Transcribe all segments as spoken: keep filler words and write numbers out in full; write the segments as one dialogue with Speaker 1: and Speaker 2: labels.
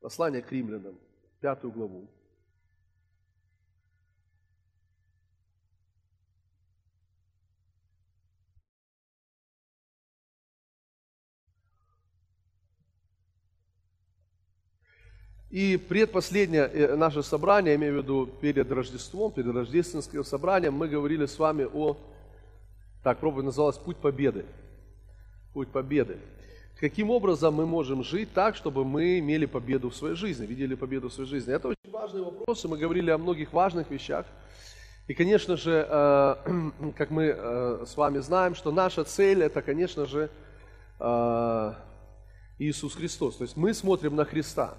Speaker 1: Послание к римлянам, пятую главу. И предпоследнее наше собрание, я имею в виду перед Рождеством, перед рождественским собранием, мы говорили с вами о, так, проповедь называлась «Путь победы». Путь победы. Каким образом мы можем жить так, чтобы мы имели победу в своей жизни, видели победу в своей жизни? Это очень важный вопрос, и мы говорили о многих важных вещах. И, конечно же, как мы с вами знаем, что наша цель – это, конечно же, Иисус Христос. То есть мы смотрим на Христа.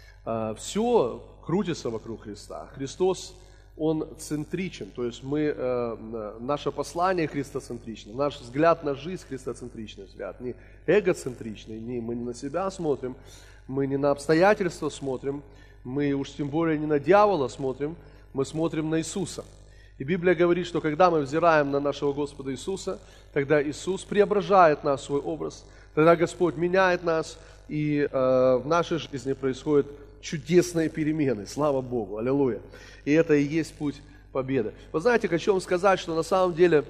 Speaker 1: Все крутится вокруг Христа. Христос, Он центричен, то есть мы, наше послание христоцентрично, наш взгляд на жизнь христоцентричный взгляд, не эгоцентричный, не, мы не на себя смотрим, мы не на обстоятельства смотрим, мы уж тем более не на дьявола смотрим, мы смотрим на Иисуса. И Библия говорит, что когда мы взираем на нашего Господа Иисуса, тогда Иисус преображает нас в свой образ, тогда Господь меняет нас, и э, в нашей жизни происходят чудесные перемены, слава Богу, аллилуйя. И это и есть путь победы. Вы знаете, хочу вам сказать, что на самом деле,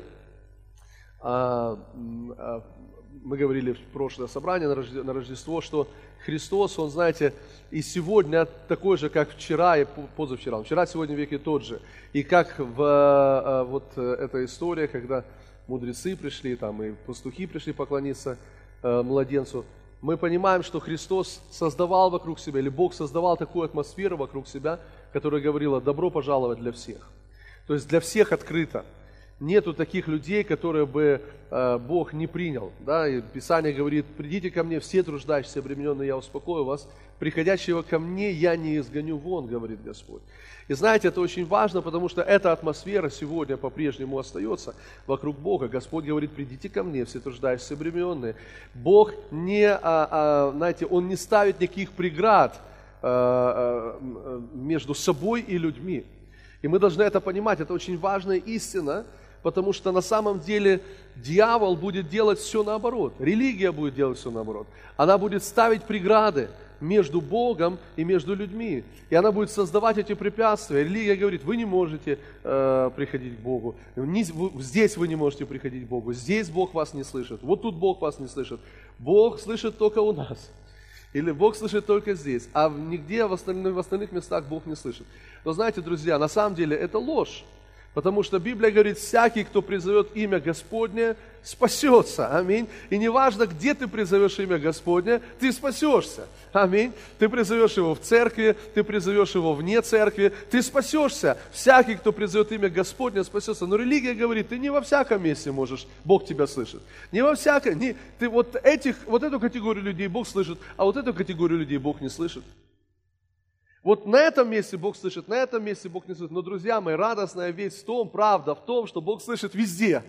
Speaker 1: а, а, мы говорили в прошлое собрание на Рождество, что Христос, Он, знаете, и сегодня такой же, как вчера и позавчера. Вчера, сегодня веки тот же. И как в а, вот эта история, когда мудрецы пришли, там и пастухи пришли поклониться а, младенцу, мы понимаем, что Христос создавал вокруг себя, или Бог создавал такую атмосферу вокруг себя, которая говорила: добро пожаловать для всех. То есть для всех открыто. Нету таких людей, которые бы э, Бог не принял. Да? И Писание говорит: придите ко мне все труждающиеся, обремененные, я успокою вас. Приходящего ко мне я не изгоню вон, говорит Господь. И знаете, это очень важно, потому что эта атмосфера сегодня по-прежнему остается вокруг Бога. Господь говорит: придите ко мне, все труждающиеся, обремененные. Бог не, а, а, знаете, Он не ставит никаких преград а, а, между собой и людьми. И мы должны это понимать, это очень важная истина, потому что на самом деле дьявол будет делать все наоборот. Религия будет делать все наоборот. Она будет ставить преграды между Богом и между людьми. И она будет создавать эти препятствия. Религия говорит: вы не можете э, приходить к Богу. Не, вы, здесь вы не можете приходить к Богу. Здесь Бог вас не слышит. Вот тут Бог вас не слышит. Бог слышит только у нас. Или Бог слышит только здесь. А нигде в остальных, в остальных местах Бог не слышит. Но знаете, друзья, на самом деле это ложь. Потому что Библия говорит: всякий, кто призовет имя Господне, спасется. Аминь. И неважно, где ты призовешь имя Господне, ты спасешься. Аминь. Ты призовешь его в церкви, ты призовешь его вне церкви, ты спасешься. Всякий, кто призовет имя Господне, спасется. Но религия говорит: ты не во всяком месте можешь, Бог тебя слышит. Не во всяком, не, ты вот, этих, вот эту категорию людей Бог слышит, а вот эту категорию людей Бог не слышит. Вот на этом месте Бог слышит, на этом месте Бог не слышит. Но, друзья мои, радостная весть в том, правда в том, что Бог слышит везде,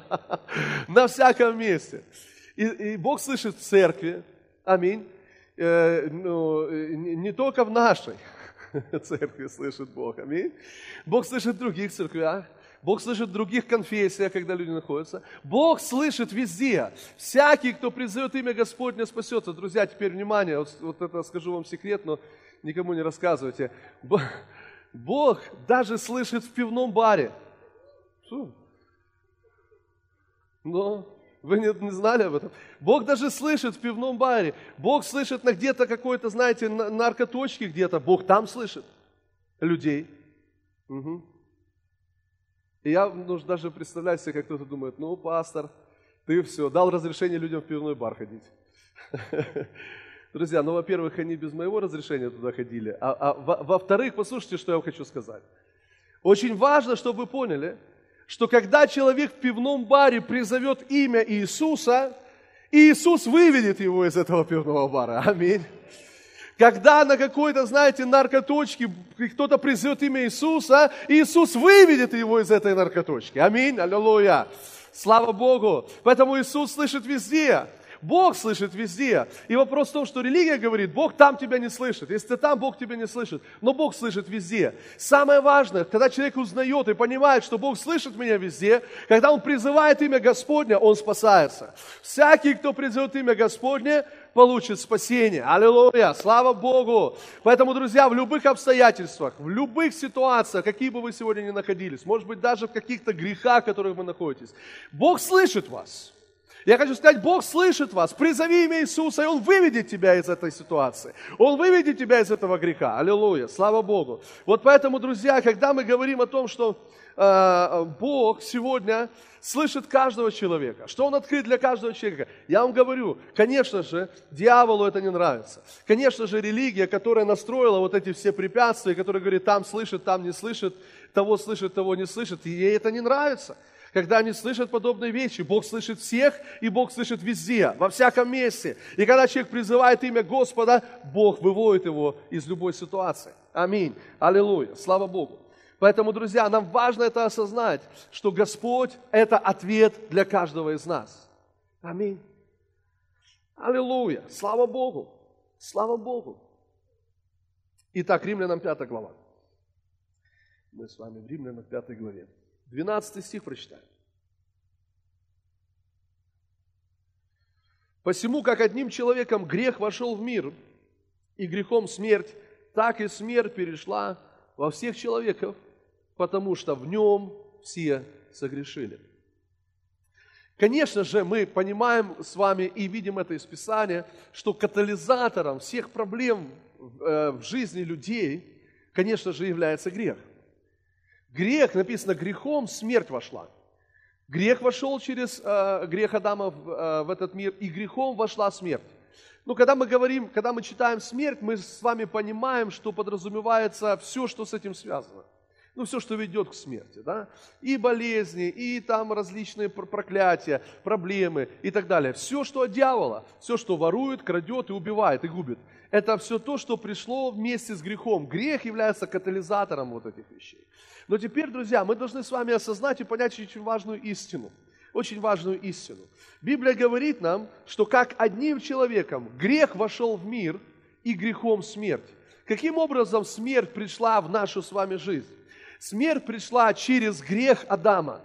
Speaker 1: на всяком месте. И, и Бог слышит в церкви, аминь, э, ну, не, не только в нашей церкви слышит Бог, аминь. Бог слышит в других церквях. Бог слышит в других конфессиях, когда люди находятся. Бог слышит везде. Всякий, кто призовет имя Господне, спасется. Друзья, теперь внимание, вот, вот это скажу вам секрет, но никому не рассказывайте. Бог даже слышит в пивном баре. Что? Но вы не, не знали об этом? Бог даже слышит в пивном баре. Бог слышит на где-то какой-то, знаете, наркоточке где-то. Бог там слышит людей. Угу. И я ну, даже представляю себе, как кто-то думает: ну, пастор, ты все, дал разрешение людям в пивной бар ходить. Друзья, ну, во-первых, они без моего разрешения туда ходили, а, а во- во-вторых, послушайте, что я вам хочу сказать. Очень важно, чтобы вы поняли, что когда человек в пивном баре призовет имя Иисуса, Иисус выведет его из этого пивного бара. Аминь. Когда на какой-то, знаете, наркоточке кто-то призовет имя Иисуса, Иисус выведет его из этой наркоточки. Аминь. Аллилуйя. Слава Богу. Поэтому Иисус слышит везде. Бог слышит везде. И вопрос в том, что религия говорит: Бог там тебя не слышит. Если ты там, Бог тебя не слышит. Но Бог слышит везде. Самое важное, когда человек узнает и понимает, что Бог слышит меня везде, когда он призывает имя Господне, он спасается. Всякий, кто призовет имя Господне, получит спасение. Аллилуйя! Слава Богу! Поэтому, друзья, в любых обстоятельствах, в любых ситуациях, какие бы вы сегодня ни находились, может быть, даже в каких-то грехах, в которых вы находитесь, Бог слышит вас. Я хочу сказать, Бог слышит вас. Призови имя Иисуса, и Он выведет тебя из этой ситуации. Он выведет тебя из этого греха. Аллилуйя, слава Богу. Вот поэтому, друзья, когда мы говорим о том, что э, Бог сегодня слышит каждого человека, что Он открыт для каждого человека, я вам говорю, конечно же, дьяволу это не нравится. Конечно же, религия, которая настроила вот эти все препятствия, которая говорит, там слышит, там не слышит, того слышит, того не слышит, и ей это не нравится. Когда они слышат подобные вещи, Бог слышит всех, и Бог слышит везде, во всяком месте. И когда человек призывает имя Господа, Бог выводит его из любой ситуации. Аминь. Аллилуйя. Слава Богу. Поэтому, друзья, нам важно это осознать, что Господь – это ответ для каждого из нас. Аминь. Аллилуйя. Слава Богу. Слава Богу. Итак, Римлянам пятая глава. Мы с вами в Римлянам пятой главе. двенадцатый стих прочитаем. «Посему, как одним человеком грех вошел в мир, и грехом смерть, так и смерть перешла во всех человеков, потому что в нем все согрешили». Конечно же, мы понимаем с вами и видим это из Писания, что катализатором всех проблем в жизни людей, конечно же, является грех. Грех, написано, грехом смерть вошла. Грех вошел через э, грех Адама в, э, в этот мир, и грехом вошла смерть. Ну, когда мы говорим, когда мы читаем смерть, мы с вами понимаем, что подразумевается все, что с этим связано. Ну, все, что ведет к смерти, да? И болезни, и там различные проклятия, проблемы и так далее. Все, что от дьявола, все, что ворует, крадет и убивает, и губит. Это все то, что пришло вместе с грехом. Грех является катализатором вот этих вещей. Но теперь, друзья, мы должны с вами осознать и понять очень важную истину. Очень важную истину. Библия говорит нам, что как одним человеком грех вошел в мир, и грехом смерть. Каким образом смерть пришла в нашу с вами жизнь? Смерть пришла через грех Адама.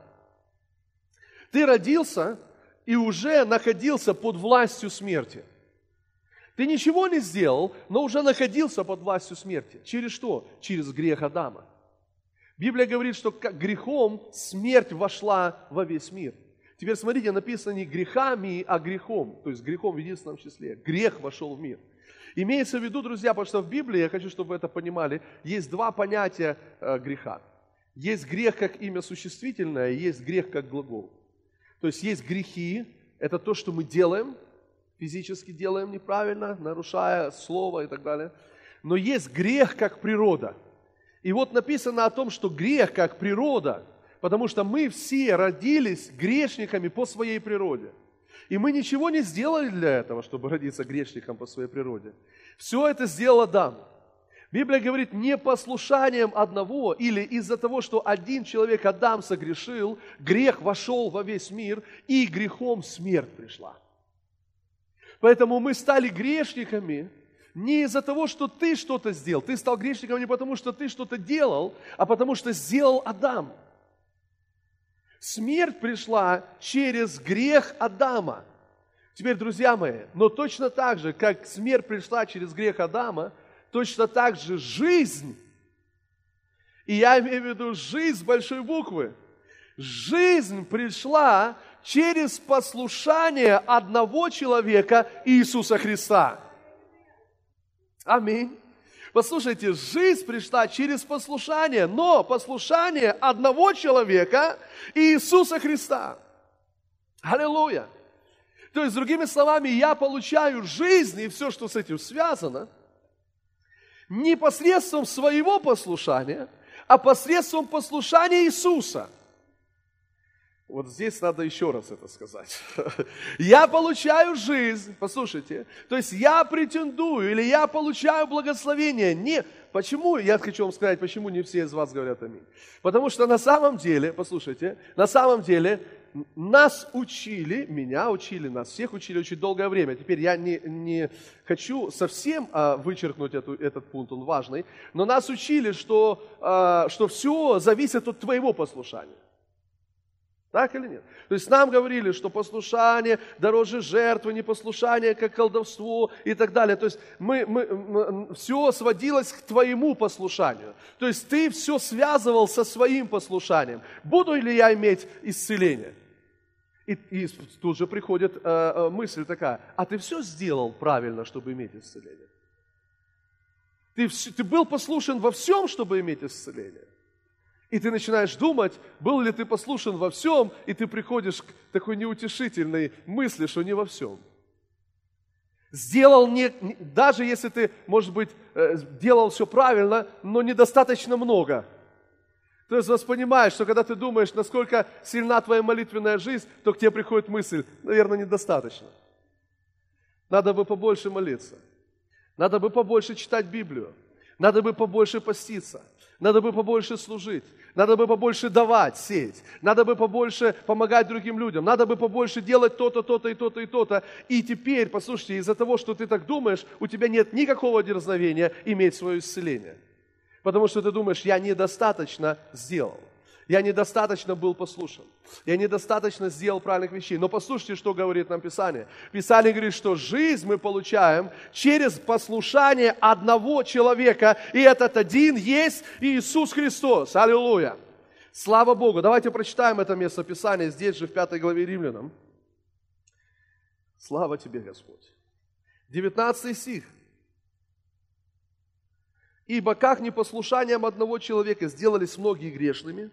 Speaker 1: Ты родился и уже находился под властью смерти. Ты ничего не сделал, но уже находился под властью смерти. Через что? Через грех Адама. Библия говорит, что грехом смерть вошла во весь мир. Теперь смотрите, написано не грехами, а грехом. То есть грехом в единственном числе. Грех вошел в мир. Имеется в виду, друзья, потому что в Библии, я хочу, чтобы вы это понимали, есть два понятия э, греха. Есть грех как имя существительное, есть грех как глагол. То есть есть грехи, это то, что мы делаем, физически делаем неправильно, нарушая слово и так далее. Но есть грех как природа. И вот написано о том, что грех как природа, потому что мы все родились грешниками по своей природе. И мы ничего не сделали для этого, чтобы родиться грешником по своей природе. Все это сделал Адам. Библия говорит, непослушанием одного или из-за того, что один человек, Адам, согрешил, грех вошел во весь мир, и грехом смерть пришла. Поэтому мы стали грешниками не из-за того, что ты что-то сделал. Ты стал грешником не потому, что ты что-то делал, а потому, что сделал Адам. Смерть пришла через грех Адама. Теперь, друзья мои, но точно так же, как смерть пришла через грех Адама, точно так же жизнь, и я имею в виду жизнь с большой буквы, жизнь пришла через послушание одного человека, Иисуса Христа. Аминь. Послушайте, жизнь пришла через послушание, но послушание одного человека, Иисуса Христа. Аллилуйя. То есть, другими словами, я получаю жизнь и все, что с этим связано, не посредством своего послушания, а посредством послушания Иисуса. Вот здесь надо еще раз это сказать. Я получаю жизнь, послушайте, то есть я претендую или я получаю благословение. Не, почему, я хочу вам сказать, почему не все из вас говорят аминь. Потому что на самом деле, послушайте, на самом деле нас учили, меня учили, нас всех учили очень долгое время. Теперь я не, не хочу совсем а, вычеркнуть эту, этот пункт, он важный, но нас учили, что, а, что все зависит от твоего послушания. Так или нет? То есть нам говорили, что послушание дороже жертвы, непослушание как колдовство и так далее. То есть мы, мы, мы, все сводилось к твоему послушанию. То есть ты все связывал со своим послушанием. Буду ли я иметь исцеление? И, и тут же приходит э, э, мысль такая, а ты все сделал правильно, чтобы иметь исцеление? Ты, ты был послушен во всем, чтобы иметь исцеление? И ты начинаешь думать, был ли ты послушен во всем, и ты приходишь к такой неутешительной мысли, что не во всем. Сделал, не, даже если ты, может быть, делал все правильно, но недостаточно много. То есть воспринимаешь, что когда ты думаешь, насколько сильна твоя молитвенная жизнь, то к тебе приходит мысль, наверное, недостаточно. Надо бы побольше молиться. Надо бы побольше читать Библию. Надо бы побольше поститься. Надо бы побольше служить. Надо бы побольше давать, сеять. Надо бы побольше помогать другим людям. Надо бы побольше делать то-то, то-то и то-то и то-то. И теперь, послушайте, из-за того, что ты так думаешь, у тебя нет никакого дерзновения иметь свое исцеление. Потому что ты думаешь, я недостаточно сделал. Я недостаточно был послушен. Я недостаточно сделал правильных вещей. Но послушайте, что говорит нам Писание. Писание говорит, что жизнь мы получаем через послушание одного человека. И этот один есть Иисус Христос. Аллилуйя. Слава Богу. Давайте прочитаем это место Писания здесь же в пятой главе Римлянам. Слава тебе, Господь. девятнадцатый стих. «Ибо как непослушанием одного человека сделались многие грешными,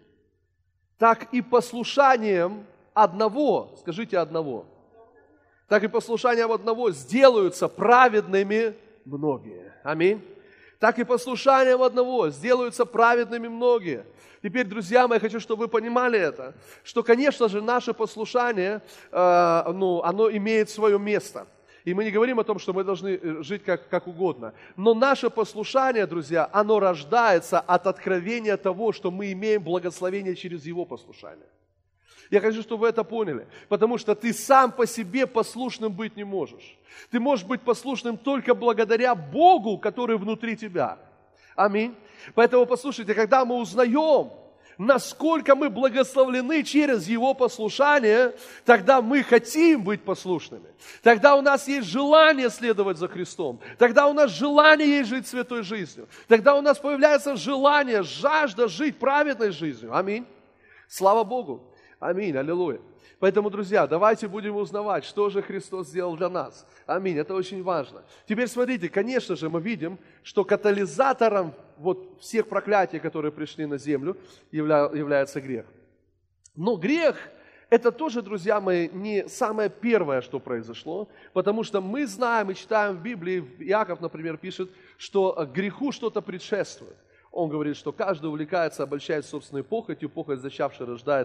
Speaker 1: так и послушанием одного, скажите одного, так и послушанием одного сделаются праведными многие». Аминь. Так и послушанием одного сделаются праведными многие. Теперь, друзья мои, я хочу, чтобы вы понимали это, что, конечно же, наше послушание, э, ну, оно имеет свое место. И мы не говорим о том, что мы должны жить как, как угодно. Но наше послушание, друзья, оно рождается от откровения того, что мы имеем благословение через Его послушание. Я хочу, чтобы вы это поняли. Потому что ты сам по себе послушным быть не можешь. Ты можешь быть послушным только благодаря Богу, который внутри тебя. Аминь. Поэтому послушайте, когда мы узнаем, насколько мы благословлены через Его послушание, тогда мы хотим быть послушными. Тогда у нас есть желание следовать за Христом. Тогда у нас желание есть жить святой жизнью. Тогда у нас появляется желание, жажда жить праведной жизнью. Аминь. Слава Богу. Аминь. Аллилуйя. Поэтому, друзья, давайте будем узнавать, что же Христос сделал для нас. Аминь. Это очень важно. Теперь смотрите, конечно же, мы видим, что катализатором вот всех проклятий, которые пришли на землю, явля, является грех. Но грех – это тоже, друзья мои, не самое первое, что произошло, потому что мы знаем и читаем в Библии, Иаков, например, пишет, что греху что-то предшествует. Он говорит, что каждый увлекается, обольщает собственной похотью, похоть зачавшая рождает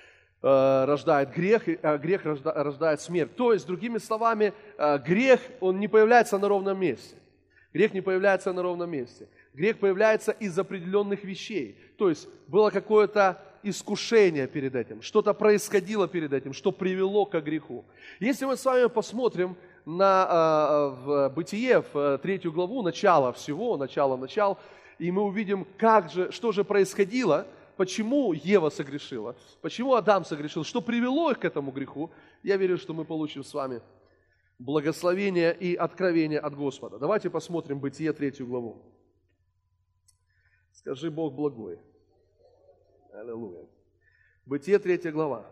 Speaker 1: рождает грех, а грех рождает смерть. То есть, другими словами, грех, он не появляется на ровном месте. Грех не появляется на ровном месте. Грех появляется из определенных вещей. То есть, было какое-то искушение перед этим, что-то происходило перед этим, что привело к греху. Если мы с вами посмотрим на, в Бытие, в третью главу, начало всего, начало-начал, и мы увидим, как же, что же происходило, почему Ева согрешила, почему Адам согрешил, что привело их к этому греху, я верю, что мы получим с вами благословение и откровение от Господа. Давайте посмотрим Бытие третью главу. Скажи, Бог благой. Аллилуйя. Бытие третья глава.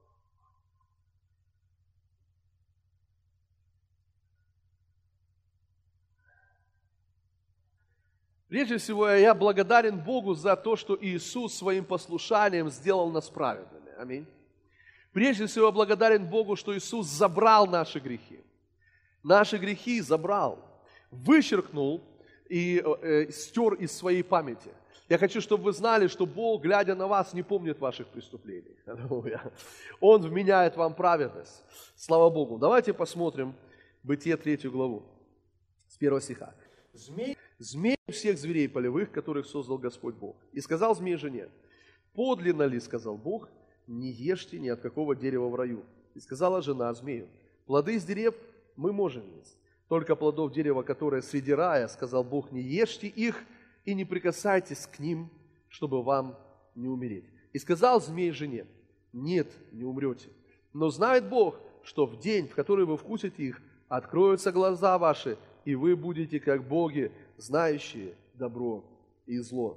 Speaker 1: Прежде всего, я благодарен Богу за то, что Иисус своим послушанием сделал нас праведными. Аминь. Прежде всего, я благодарен Богу, что Иисус забрал наши грехи. Наши грехи забрал, вычеркнул и э, стер из своей памяти. Я хочу, чтобы вы знали, что Бог, глядя на вас, не помнит ваших преступлений. Он вменяет вам праведность. Слава Богу. Давайте посмотрим Бытие третью главу с первого стиха. Змей, змей всех зверей полевых, которых создал Господь Бог. И сказал змей жене: подлинно ли, сказал Бог, не ешьте ни от какого дерева в раю. И сказала жена змею: плоды из дерев мы можем есть, только плодов дерева, которое среди рая, сказал Бог, не ешьте их и не прикасайтесь к ним, чтобы вам не умереть. И сказал змей жене: Нет, не умрете. Но знает Бог, что в день, в который вы вкусите их, откроются глаза ваши, и вы будете как боги, знающие добро и зло.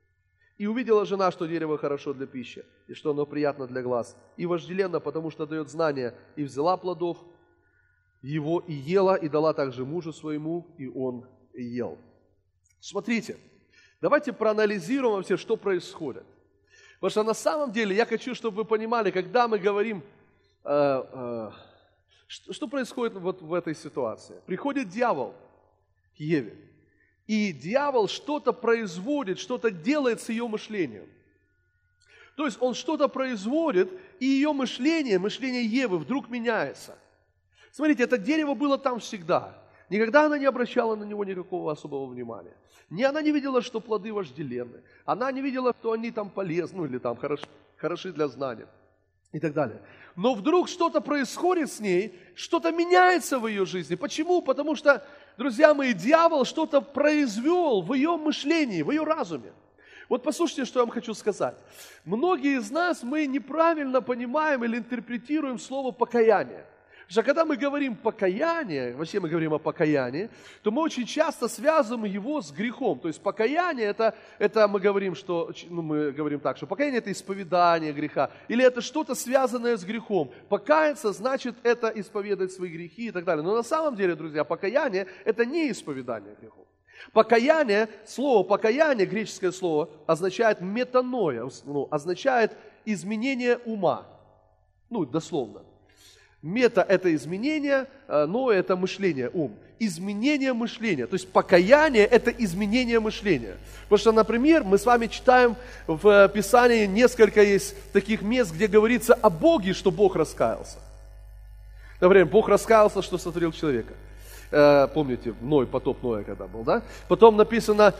Speaker 1: И увидела жена, что дерево хорошо для пищи, и что оно приятно для глаз, и вожделенно, потому что дает знания, и взяла плодов его и ела, и дала также мужу своему, и он и ел. Смотрите, давайте проанализируем вообще, что происходит. Потому что на самом деле я хочу, чтобы вы понимали, когда мы говорим, э, э, что, что происходит вот в этой ситуации. Приходит дьявол к Еве, и дьявол что-то производит, что-то делает с ее мышлением. То есть он что-то производит, и ее мышление, мышление Евы вдруг меняется. Смотрите, это дерево было там всегда. Никогда она не обращала на него никакого особого внимания. Ни она не видела, что плоды вожделенны. Она не видела, что они там полезны, ну, или там хороши, хороши для знания и так далее. Но вдруг что-то происходит с ней, что-то меняется в ее жизни. Почему? Потому что, друзья мои, дьявол что-то произвел в ее мышлении, в ее разуме. Вот послушайте, что я вам хочу сказать. Многие из нас, мы неправильно понимаем или интерпретируем слово «покаяние». Потому что когда мы говорим покаяние, вообще мы говорим о покаянии, то мы очень часто связываем его с грехом. То есть покаяние это, это мы говорим, что, ну, мы говорим так, что покаяние это исповедание греха, или это что-то связанное с грехом. Покаяться значит это исповедать свои грехи и так далее. Но на самом деле, друзья, покаяние это не исповедание грехов. Покаяние, слово покаяние, греческое слово, означает метаноя, ну, означает изменение ума. Ну, дословно. Мета – это изменение, но это мышление, ум. Изменение мышления. То есть покаяние – это изменение мышления. Потому что, например, мы с вами читаем в Писании несколько есть таких мест, где говорится о Боге, что Бог раскаялся. Например, Бог раскаялся, что сотворил человека. Помните, Ной, потоп Ноя когда был, да? Потом написано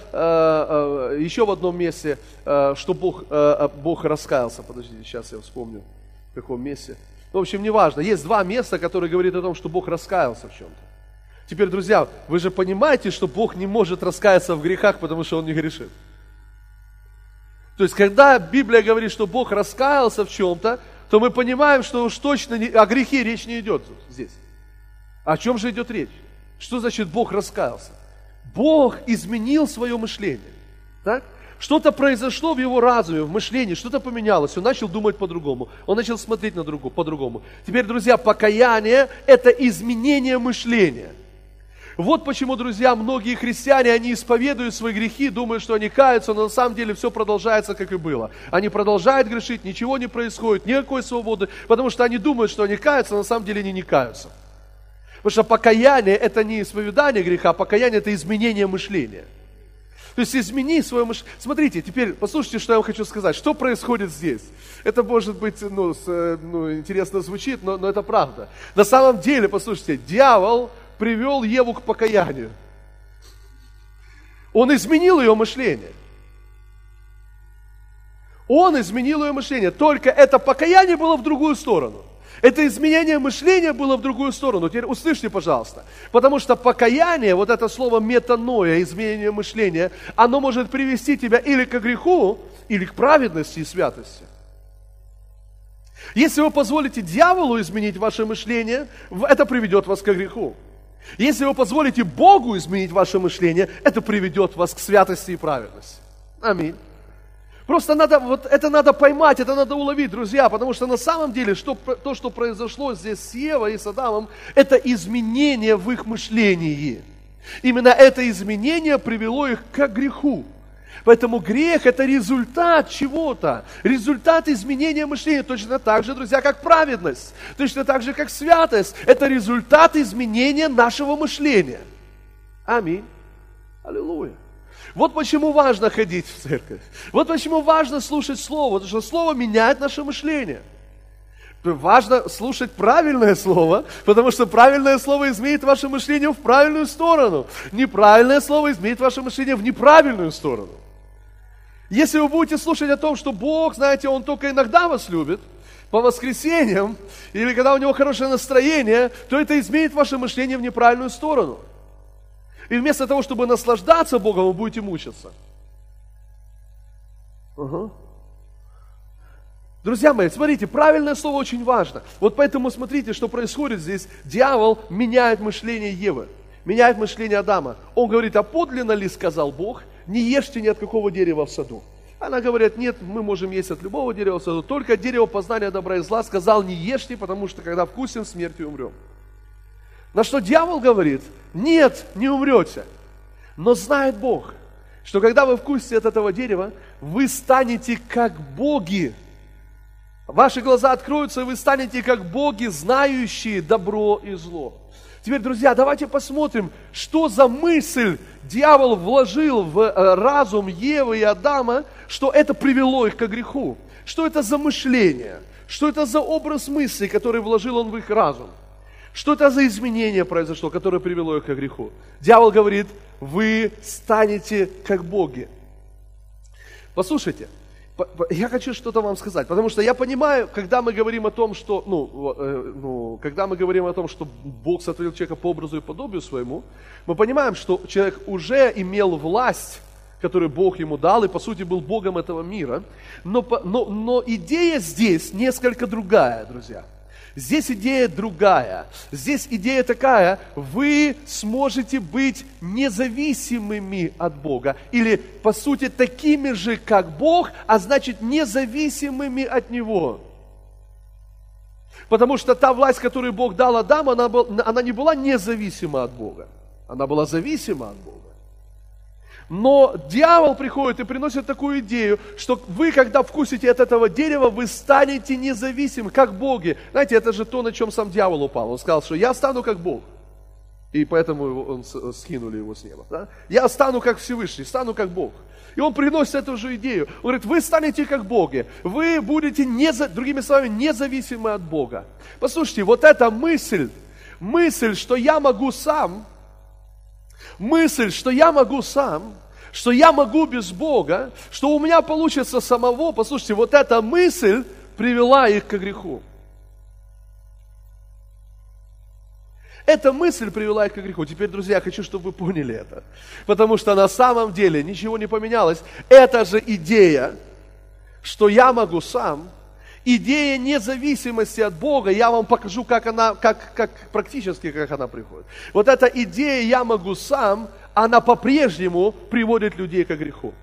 Speaker 1: еще в одном месте, что Бог, Бог раскаялся. Подождите, сейчас я вспомню, в каком месте. В общем, неважно. Есть два места, которые говорят о том, что Бог раскаялся в чем-то. Теперь, друзья, вы же понимаете, что Бог не может раскаяться в грехах, потому что Он не грешит. То есть, когда Библия говорит, что Бог раскаялся в чем-то, то мы понимаем, что уж точно не, о грехе речь не идет здесь. О чем же идет речь? Что значит Бог раскаялся? Бог изменил свое мышление. Так? Что-то произошло в его разуме, в мышлении, что-то поменялось. Он начал думать по-другому. Он начал смотреть на другого, по-другому. Теперь, друзья, покаяние – это изменение мышления. Вот почему, друзья, многие христиане, они исповедуют свои грехи, думают, что они каются, но на самом деле все продолжается, как и было. Они продолжают грешить, ничего не происходит, никакой свободы, потому что они думают, что они каются, но на самом деле они не каются. Потому что покаяние – это не исповедание греха, покаяние – это изменение мышления. То есть измени свое мышление. Смотрите, теперь послушайте, что я вам хочу сказать. Что происходит здесь? Это может быть, ну, с, ну интересно звучит, но, но это правда. На самом деле, послушайте, дьявол привел Еву к покаянию. Он изменил ее мышление. Он изменил ее мышление. Только это покаяние было в другую сторону. Это изменение мышления было в другую сторону. Теперь услышьте, пожалуйста. Потому что покаяние, вот это слово метаноя, изменение мышления, оно может привести тебя или к греху, или к праведности и святости. Если вы позволите дьяволу изменить ваше мышление, это приведет вас к греху. Если вы позволите Богу изменить ваше мышление, это приведет вас к святости и праведности. Аминь. Просто надо, вот это надо поймать, это надо уловить, друзья, потому что на самом деле что, то, что произошло здесь с Евой и с Адамом, это изменение в их мышлении. Именно это изменение привело их к греху. Поэтому грех – это результат чего-то, результат изменения мышления. Точно так же, друзья, как праведность, точно так же, как святость. Это результат изменения нашего мышления. Аминь. Аллилуйя. Вот почему важно ходить в церковь. Вот почему важно слушать Слово, потому что Слово меняет наше мышление. Важно слушать правильное Слово, потому что правильное Слово изменит ваше мышление в правильную сторону. Неправильное Слово изменит ваше мышление в неправильную сторону. Если вы будете слушать о том, что Бог, знаете, Он только иногда вас любит, по воскресеньям, или когда у Него хорошее настроение, то это изменит ваше мышление в неправильную сторону. И вместо того, чтобы наслаждаться Богом, вы будете мучиться. Угу. Друзья мои, смотрите, правильное слово очень важно. Вот поэтому смотрите, что происходит здесь. Дьявол меняет мышление Евы, меняет мышление Адама. Он говорит, а подлинно ли сказал Бог, не ешьте ни от какого дерева в саду? Она говорит, нет, мы можем есть от любого дерева в саду, только от дерева познания добра и зла сказал, не ешьте, потому что когда вкусим, смертью умрем. На что дьявол говорит, нет, не умрете. Но знает Бог, что когда вы вкусите от этого дерева, вы станете как боги. Ваши глаза откроются, и вы станете как боги, знающие добро и зло. Теперь, друзья, давайте посмотрим, что за мысль дьявол вложил в разум Евы и Адама, что это привело их к греху. Что это за мышление? Что это за образ мысли, который вложил он в их разум? Что это за изменение произошло, которое привело их к греху? Дьявол говорит, вы станете как боги. Послушайте. Я хочу что-то вам сказать, потому что я понимаю, когда мы говорим о том, что, ну, э, ну, когда мы говорим о том, что Бог сотворил человека по образу и подобию своему, мы понимаем, что человек уже имел власть, которую Бог ему дал, и по сути был Богом этого мира, но, но, но идея здесь несколько другая, друзья. Здесь идея другая. Здесь идея такая, вы сможете быть независимыми от Бога. Или, по сути, такими же, как Бог, а значит, независимыми от Него. Потому что та власть, которую Бог дал Адаму, она, был, она не была независима от Бога. Она была зависима от Бога. Но дьявол приходит и приносит такую идею, что вы, когда вкусите от этого дерева, вы станете независимы, как боги. Знаете, это же то, на чем сам дьявол упал. Он сказал, что я стану как Бог. И поэтому он, скинули его с неба. Да? Я стану как Всевышний, стану как Бог. И он приносит эту же идею. Он говорит, вы станете как боги. Вы будете, не, другими словами, независимы от Бога. Послушайте, вот эта мысль, мысль, что я могу сам, мысль, что я могу сам, что я могу без Бога, что у меня получится самого, послушайте, вот эта мысль привела их к греху. Эта мысль привела их к греху. Теперь, друзья, я хочу, чтобы вы поняли это. Потому что на самом деле ничего не поменялось. Это же идея, что я могу сам, идея независимости от Бога, я вам покажу, как она, как, как практически, как она приходит. Вот эта идея «я могу сам», она по-прежнему приводит людей к греху.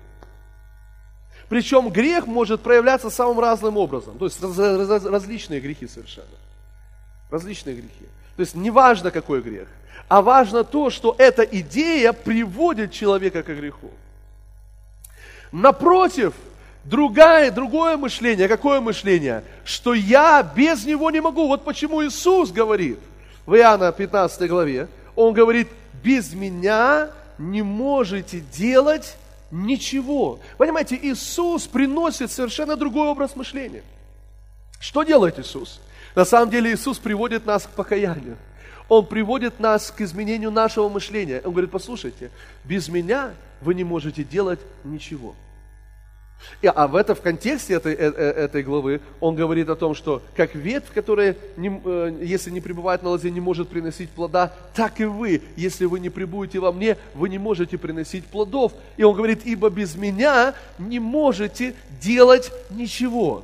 Speaker 1: Причем грех может проявляться самым разным образом. То есть раз, раз, различные грехи совершенно. Различные грехи. То есть не важно, какой грех, а важно то, что эта идея приводит человека к греху. Напротив, Другое, другое мышление. Какое мышление? Что я без него не могу. Вот почему Иисус говорит в Иоанна пятнадцатой главе, Он говорит, без меня не можете делать ничего. Понимаете, Иисус приносит совершенно другой образ мышления. Что делает Иисус? На самом деле Иисус приводит нас к покаянию. Он приводит нас к изменению нашего мышления. Он говорит, послушайте, без меня вы не можете делать ничего. И, а в, это, в контексте этой, э, этой главы он говорит о том, что как ветвь, которая, не, э, если не пребывает на лозе, не может приносить плода, так и вы, если вы не пребудете во мне, вы не можете приносить плодов. И он говорит, ибо без меня не можете делать ничего.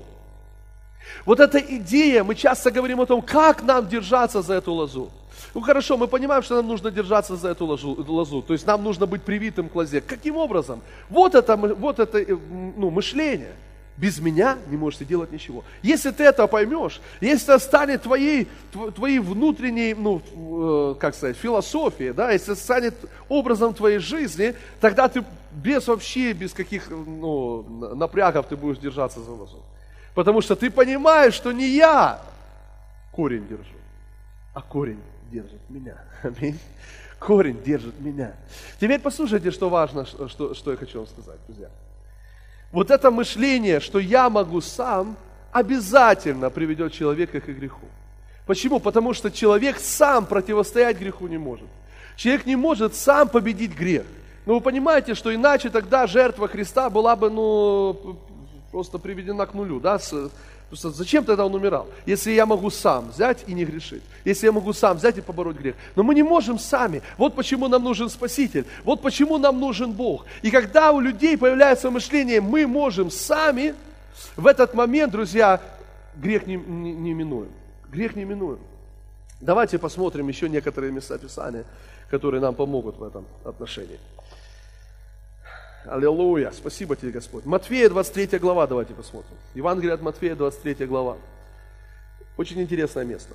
Speaker 1: Вот эта идея, мы часто говорим о том, как нам держаться за эту лозу. Ну хорошо, мы понимаем, что нам нужно держаться за эту лозу, лозу. То есть нам нужно быть привитым к лозе. Каким образом? Вот это, вот это ну, мышление. Без меня не можете делать ничего. Если ты это поймешь, если это станет твоей, твоей внутренней, ну, как сказать, философией, да, если это станет образом твоей жизни, тогда ты без вообще, без каких ну, напрягов ты будешь держаться за лозу. Потому что ты понимаешь, что не я корень держу, а корень держит меня. Аминь. Корень держит меня. Теперь послушайте, что важно, что, что я хочу вам сказать, друзья. Вот это мышление, что я могу сам, обязательно приведет человека к греху. Почему? Потому что человек сам противостоять греху не может. Человек не может сам победить грех. Но вы понимаете, что иначе тогда жертва Христа была бы, ну, просто приведена к нулю, да? Зачем тогда Он умирал? Если я могу сам взять и не грешить. Если я могу сам взять и побороть грех. Но мы не можем сами. Вот почему нам нужен Спаситель. Вот почему нам нужен Бог. И когда у людей появляется мышление, мы можем сами, в этот момент, друзья, грех не, не, не минуем. Грех не минуем. Давайте посмотрим еще некоторые места Писания, которые нам помогут в этом отношении. Аллилуйя! Спасибо тебе, Господь. Матфея, двадцать третья глава, давайте посмотрим. Евангелие от Матфея, двадцать третья глава. Очень интересное место.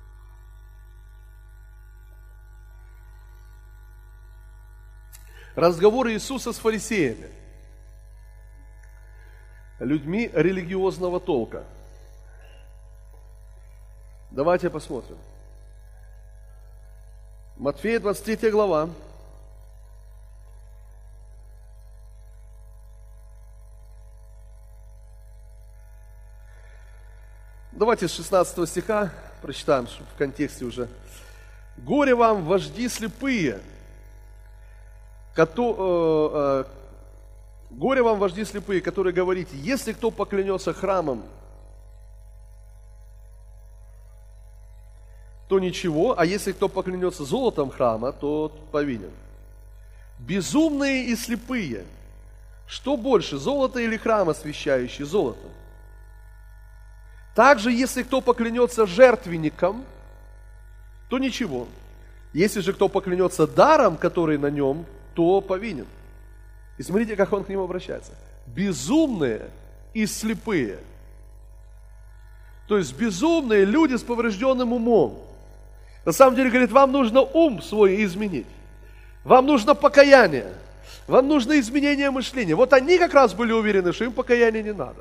Speaker 1: Разговоры Иисуса с фарисеями, людьми религиозного толка. Давайте посмотрим. Матфея, двадцать третья глава. Давайте с шестнадцатого стиха прочитаем в контексте уже. «Горе вам, вожди слепые, кото, э, э, горе вам, вожди слепые, которые говорите, если кто поклянется храмом, то ничего, а если кто поклянется золотом храма, то повинен. Безумные и слепые, что больше, золото или храм, освящающий золото? Также, если кто поклянется жертвенником, то ничего. Если же кто поклянется даром, который на нем, то повинен». И смотрите, как он к ним обращается. Безумные и слепые. То есть безумные люди с поврежденным умом. На самом деле, говорит, вам нужно ум свой изменить. Вам нужно покаяние. Вам нужно изменение мышления. Вот они как раз были уверены, что им покаяния не надо.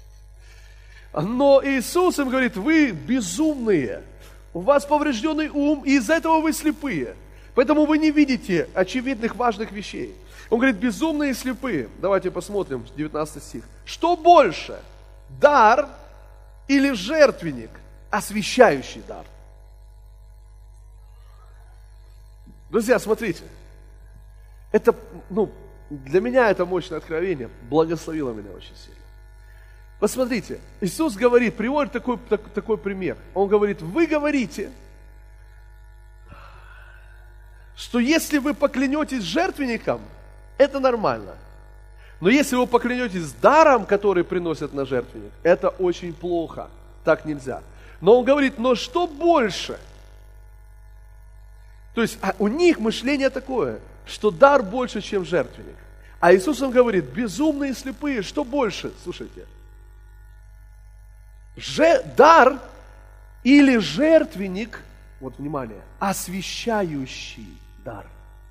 Speaker 1: Но Иисус им говорит, вы безумные, у вас поврежденный ум, и из-за этого вы слепые. Поэтому вы не видите очевидных важных вещей. Он говорит, безумные и слепые. Давайте посмотрим, девятнадцатый стих. Что больше, дар или жертвенник, освящающий дар? Друзья, смотрите. Это, ну, для меня это мощное откровение, благословило меня очень сильно. Посмотрите, Иисус говорит, приводит такой, так, такой пример. Он говорит, вы говорите, что если вы поклянетесь жертвенником, это нормально. Но если вы поклянетесь даром, который приносят на жертвенник, это очень плохо. Так нельзя. Но он говорит, но что больше? То есть а у них мышление такое, что дар больше, чем жертвенник. А Иисус он говорит, безумные и слепые, что больше? Слушайте. Же, дар или жертвенник, вот внимание, освящающий дар.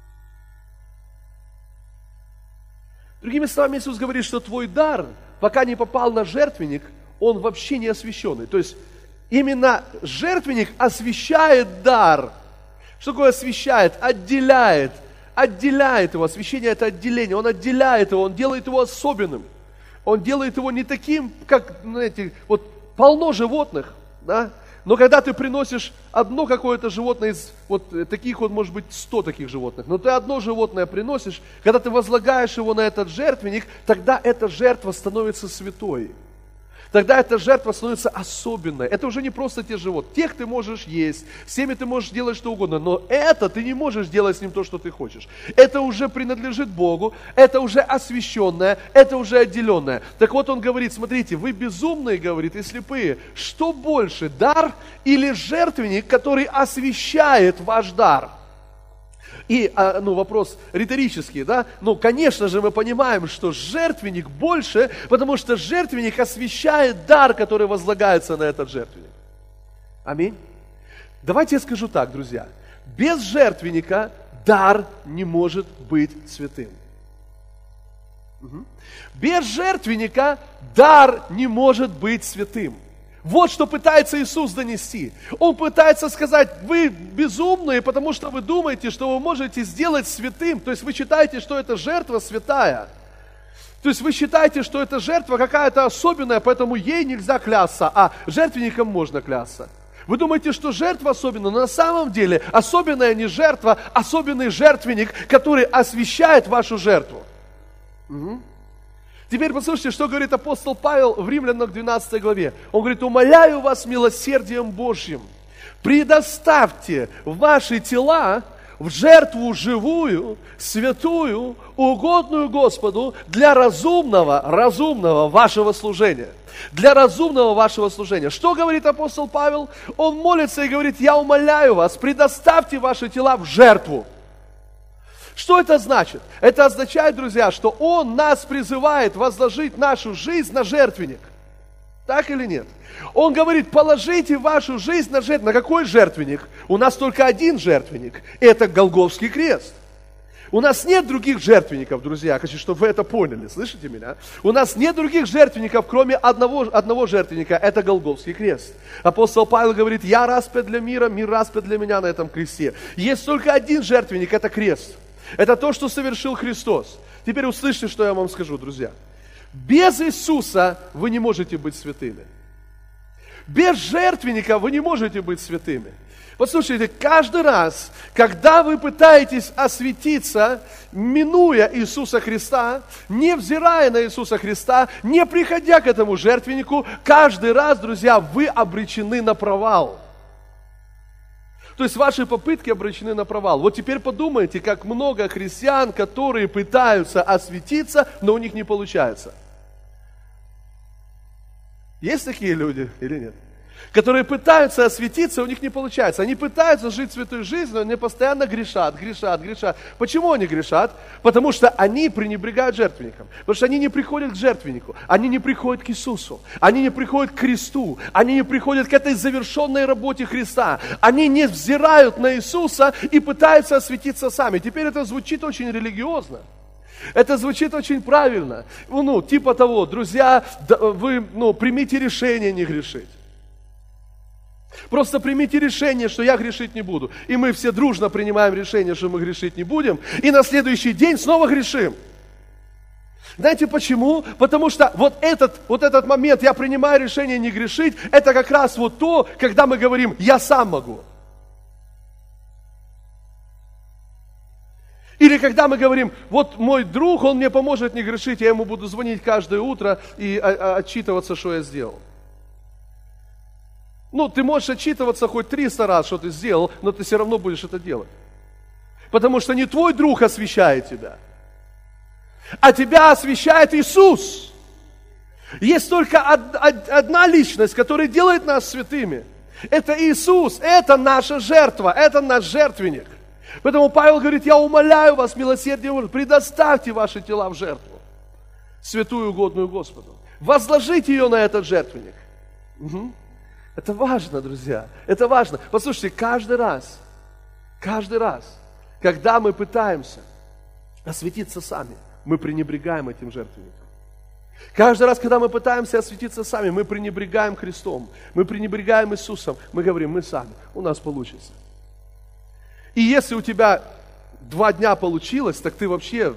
Speaker 1: Другими словами, Иисус говорит, что твой дар, пока не попал на жертвенник, он вообще не освященный. То есть именно жертвенник освящает дар. Что такое освящает? Отделяет. Отделяет его. Освящение – это отделение. Он отделяет его, он делает его особенным. Он делает его не таким, как, знаете, вот полно животных, да? Но когда ты приносишь одно какое-то животное из вот таких вот, может быть, сто таких животных, но ты одно животное приносишь, когда ты возлагаешь его на этот жертвенник, тогда эта жертва становится святой. Тогда эта жертва становится особенной. Это уже не просто те животные. Тех ты можешь есть, с теми ты можешь делать что угодно, но это ты не можешь делать с ним то, что ты хочешь. Это уже принадлежит Богу, это уже освященное, это уже отделенное. Так вот он говорит, смотрите, вы безумные, говорит, и слепые. Что больше, дар или жертвенник, который освящает ваш дар? И, ну, вопрос риторический, да? Ну, конечно же, мы понимаем, что жертвенник больше, потому что жертвенник освящает дар, который возлагается на этот жертвенник. Аминь. Давайте я скажу так, друзья. Без жертвенника дар не может быть святым. Угу. Без жертвенника дар не может быть святым. Вот что пытается Иисус донести. Он пытается сказать, вы безумные, потому что вы думаете, что вы можете сделать святым. То есть вы считаете, что эта жертва святая. То есть вы считаете, что эта жертва какая-то особенная, поэтому ей нельзя клясться, а жертвенником можно клясться. Вы думаете, что жертва особенная, но на самом деле особенная не жертва, особенный жертвенник, который освящает вашу жертву. Угу. Теперь послушайте, что говорит апостол Павел в Римлянам двенадцатой главе. Он говорит, умоляю вас милосердием Божьим, предоставьте ваши тела в жертву живую, святую, угодную Господу для разумного, разумного вашего служения. Для разумного вашего служения. Что говорит апостол Павел? Он молится и говорит: я умоляю вас, предоставьте ваши тела в жертву. Что это значит? Это означает, друзья, что Он нас призывает возложить нашу жизнь на жертвенник. Так или нет? Он говорит: положите вашу жизнь на жертвенник. На какой жертвенник? У нас только один жертвенник. Это Голгофский крест. У нас нет других жертвенников, друзья. Хочу, чтобы вы это поняли. Слышите меня? У нас нет других жертвенников, кроме одного, одного жертвенника. Это Голгофский крест. Апостол Павел говорит: я распят для мира, мир распят для меня на этом кресте. Есть только один жертвенник, это крест. Это то, что совершил Христос. Теперь услышьте, что я вам скажу, друзья. Без Иисуса вы не можете быть святыми. Без жертвенника вы не можете быть святыми. Послушайте, каждый раз, когда вы пытаетесь осветиться, минуя Иисуса Христа, не взирая на Иисуса Христа, не приходя к этому жертвеннику, каждый раз, друзья, вы обречены на провал. То есть ваши попытки обречены на провал. Вот теперь подумайте, как много христиан, которые пытаются осветиться, но у них не получается. Есть такие люди или нет? Которые пытаются осветиться, у них не получается. Они пытаются жить святой жизнью, но они постоянно грешат, грешат, грешат. Почему они грешат? Потому что они пренебрегают жертвенником. Потому что они не приходят к жертвеннику, они не приходят к Иисусу, они не приходят к кресту, они не приходят к этой завершенной работе Христа. Они не взирают на Иисуса и пытаются осветиться сами. Теперь это звучит очень религиозно. Это звучит очень правильно. Ну, типа того: друзья, вы ну, примите решение не грешить. Просто примите решение, что я грешить не буду. И мы все дружно принимаем решение, что мы грешить не будем. И на следующий день снова грешим. Знаете почему? Потому что вот этот, вот этот момент, я принимаю решение не грешить, это как раз вот то, когда мы говорим: я сам могу. Или когда мы говорим: вот мой друг, он мне поможет не грешить, я ему буду звонить каждое утро и отчитываться, что я сделал. Ну, ты можешь отчитываться хоть триста раз, что ты сделал, но ты все равно будешь это делать. Потому что не твой друг освящает тебя, а тебя освящает Иисус. Есть только одна личность, которая делает нас святыми. Это Иисус, это наша жертва, это наш жертвенник. Поэтому Павел говорит: я умоляю вас, милосердием, предоставьте ваши тела в жертву, святую, угодную Господу. Возложите ее на этот жертвенник. Угу. Это важно, друзья, это важно. Послушайте, каждый раз, каждый раз, когда мы пытаемся осветиться сами, мы пренебрегаем этим жертвенником. Каждый раз, когда мы пытаемся осветиться сами, мы пренебрегаем Христом, мы пренебрегаем Иисусом, мы говорим: мы сами, у нас получится. И если у тебя два дня получилось, так ты вообще,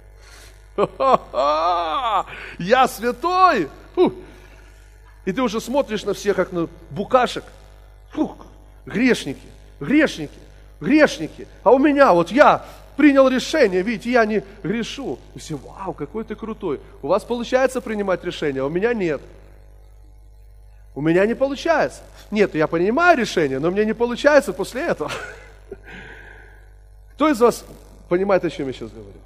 Speaker 1: я святой! Фу. И ты уже смотришь на всех, как на букашек. Фух, грешники, грешники, грешники. А у меня, вот я принял решение, видите, я не грешу. И все: вау, какой ты крутой. У вас получается принимать решения, а у меня нет. У меня не получается. Нет, я принимаю решение, но мне не получается после этого. Кто из вас понимает, о чем я сейчас говорю?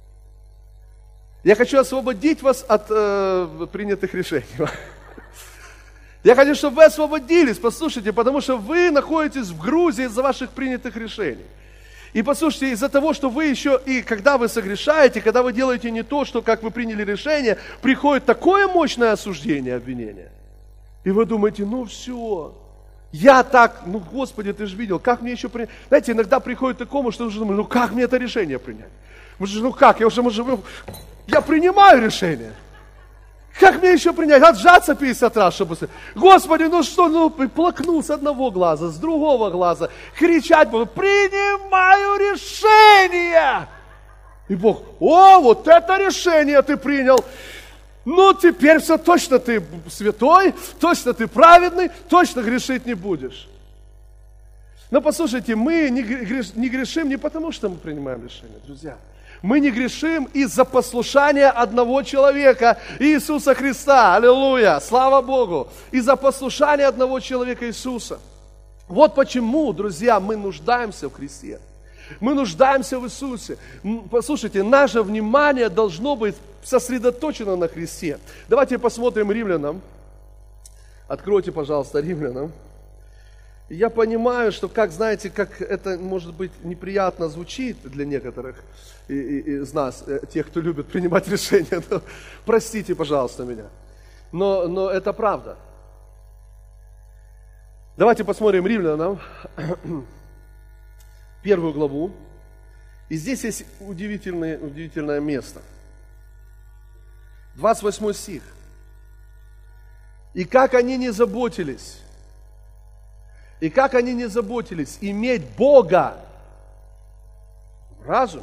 Speaker 1: Я хочу освободить вас от э, принятых решений. Я хочу, чтобы вы освободились, послушайте, потому что вы находитесь в грузе из-за ваших принятых решений. И послушайте, из-за того, что вы еще, и когда вы согрешаете, когда вы делаете не то, что как вы приняли решение, приходит такое мощное осуждение, обвинение. И вы думаете: ну все, я так, ну Господи, ты же видел, как мне еще принять? Знаете, иногда приходит к такому, что уже думаешь: ну как мне это решение принять? Ну как, я уже, может, я принимаю решение. Как мне еще принять? Отжаться пятьдесят раз, чтобы... Господи, ну что, ну плакнул с одного глаза, с другого глаза, кричать буду: принимаю решение! И Бог: о, вот это решение ты принял! Ну теперь все, точно ты святой, точно ты праведный, точно грешить не будешь. Но послушайте, мы не грешим не потому, что мы принимаем решение, друзья. Мы не грешим из-за послушания одного человека, Иисуса Христа. Аллилуйя! Слава Богу! Из-за послушания одного человека Иисуса. Вот почему, друзья, мы нуждаемся в Христе. Мы нуждаемся в Иисусе. Послушайте, наше внимание должно быть сосредоточено на Христе. Давайте посмотрим Римлянам. Откройте, пожалуйста, Римлянам. Я понимаю, что, как знаете, как это, может быть, неприятно звучит для некоторых из нас, тех, кто любит принимать решения. Но простите, пожалуйста, меня. Но, но это правда. Давайте посмотрим Римлянам, первую главу. И здесь есть удивительное, удивительное место. двадцать восьмой стих. «И как они не заботились, и как они не заботились иметь Бога в разуме,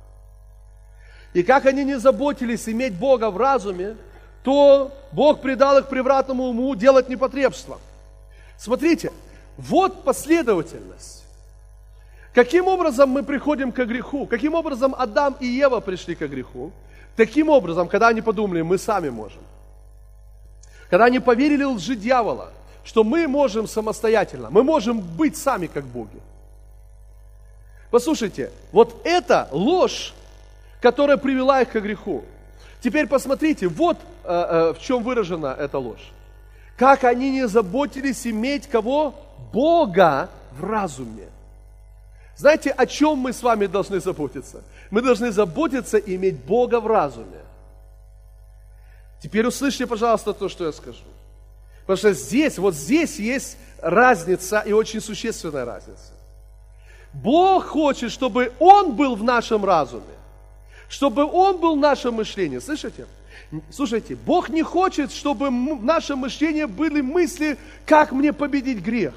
Speaker 1: и как они не заботились иметь Бога в разуме, то Бог придал их превратному уму делать непотребство». Смотрите, вот последовательность. Каким образом мы приходим к греху? Каким образом Адам и Ева пришли к греху? Таким образом, когда они подумали, мы сами можем. Когда они поверили лжи дьявола, что мы можем самостоятельно, мы можем быть сами как боги. Послушайте, вот это ложь, которая привела их к греху. Теперь посмотрите, вот э, э, в чем выражена эта ложь. Как они не заботились иметь кого? Бога в разуме. Знаете, о чем мы с вами должны заботиться? Мы должны заботиться иметь Бога в разуме. Теперь услышьте, пожалуйста, то, что я скажу. Потому что здесь, вот здесь есть разница, и очень существенная разница. Бог хочет, чтобы Он был в нашем разуме, чтобы Он был в нашем мышлении. Слышите? Слушайте, Бог не хочет, чтобы в нашем мышлении были мысли, как мне победить грех.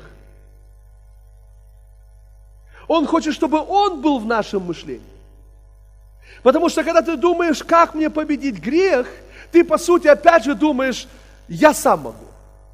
Speaker 1: Он хочет, чтобы Он был в нашем мышлении. Потому что когда ты думаешь, как мне победить грех, ты, по сути, опять же думаешь, я сам могу.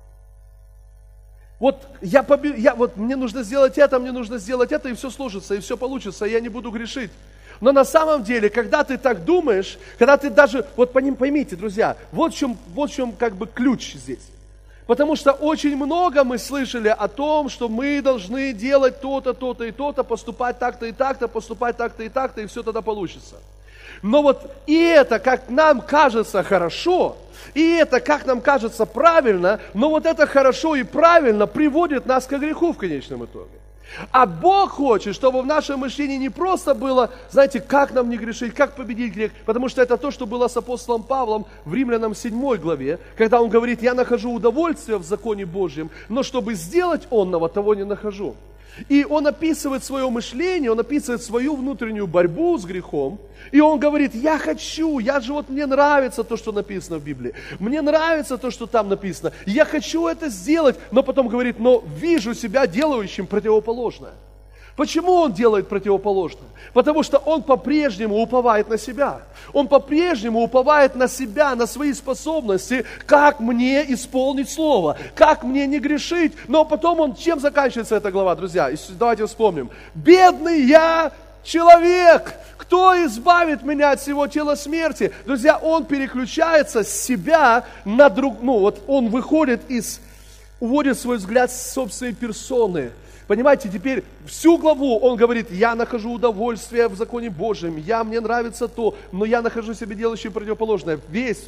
Speaker 1: Вот, я побе... я, вот мне нужно сделать это, мне нужно сделать это, и все сложится, и все получится, и я не буду грешить. Но на самом деле, когда ты так думаешь, когда ты даже, вот поймите, друзья, вот в чем, вот в чем как бы ключ здесь. Потому что очень много мы слышали о том, что мы должны делать то-то, то-то и то-то, поступать так-то и так-то, поступать так-то и так-то, и все тогда получится. Но вот и это, как нам кажется хорошо, и это, как нам кажется правильно, но вот это хорошо и правильно приводит нас к греху в конечном итоге. А Бог хочет, чтобы в нашем мышлении не просто было, знаете, как нам не грешить, как победить грех, потому что это то, что было с апостолом Павлом в Римлянам седьмой главе, когда он говорит, я нахожу удовольствие в законе Божьем, но чтобы сделать онного, того не нахожу. И он описывает свое мышление, он описывает свою внутреннюю борьбу с грехом. И он говорит, я хочу, я же вот, мне нравится то, что написано в Библии. Мне нравится то, что там написано. Я хочу это сделать, но потом говорит, но вижу себя делающим противоположное. Почему он делает противоположное? Потому что он по-прежнему уповает на себя. Он по-прежнему уповает на себя, на свои способности, как мне исполнить слово, как мне не грешить. Но потом он, чем заканчивается эта глава, друзья? Давайте вспомним. Бедный я человек, кто избавит меня от всего тела смерти? Друзья, он переключается с себя на друг, ну вот он выходит из, уводит свой взгляд с собственной персоны. Понимаете, теперь всю главу он говорит, я нахожу удовольствие в законе Божьем, я, мне нравится то, но я нахожу себе делающее противоположное. Весь,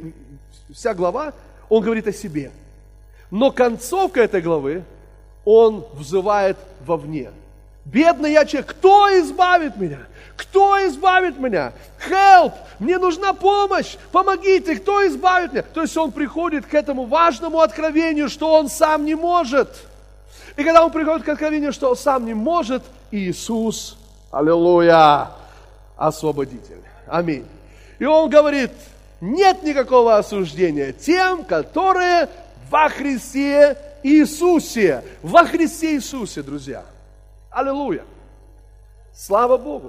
Speaker 1: вся глава, он говорит о себе. Но концовка этой главы, он взывает вовне. Бедный я человек, кто избавит меня? Кто избавит меня? Help! Мне нужна помощь! Помогите! Кто избавит меня? То есть он приходит к этому важному откровению, что он сам не может. И когда он приходит к откровению, что он сам не может, Иисус, аллилуйя, освободитель. Аминь. И он говорит, нет никакого осуждения тем, которые во Христе Иисусе. Во Христе Иисусе, друзья. Аллилуйя. Слава Богу.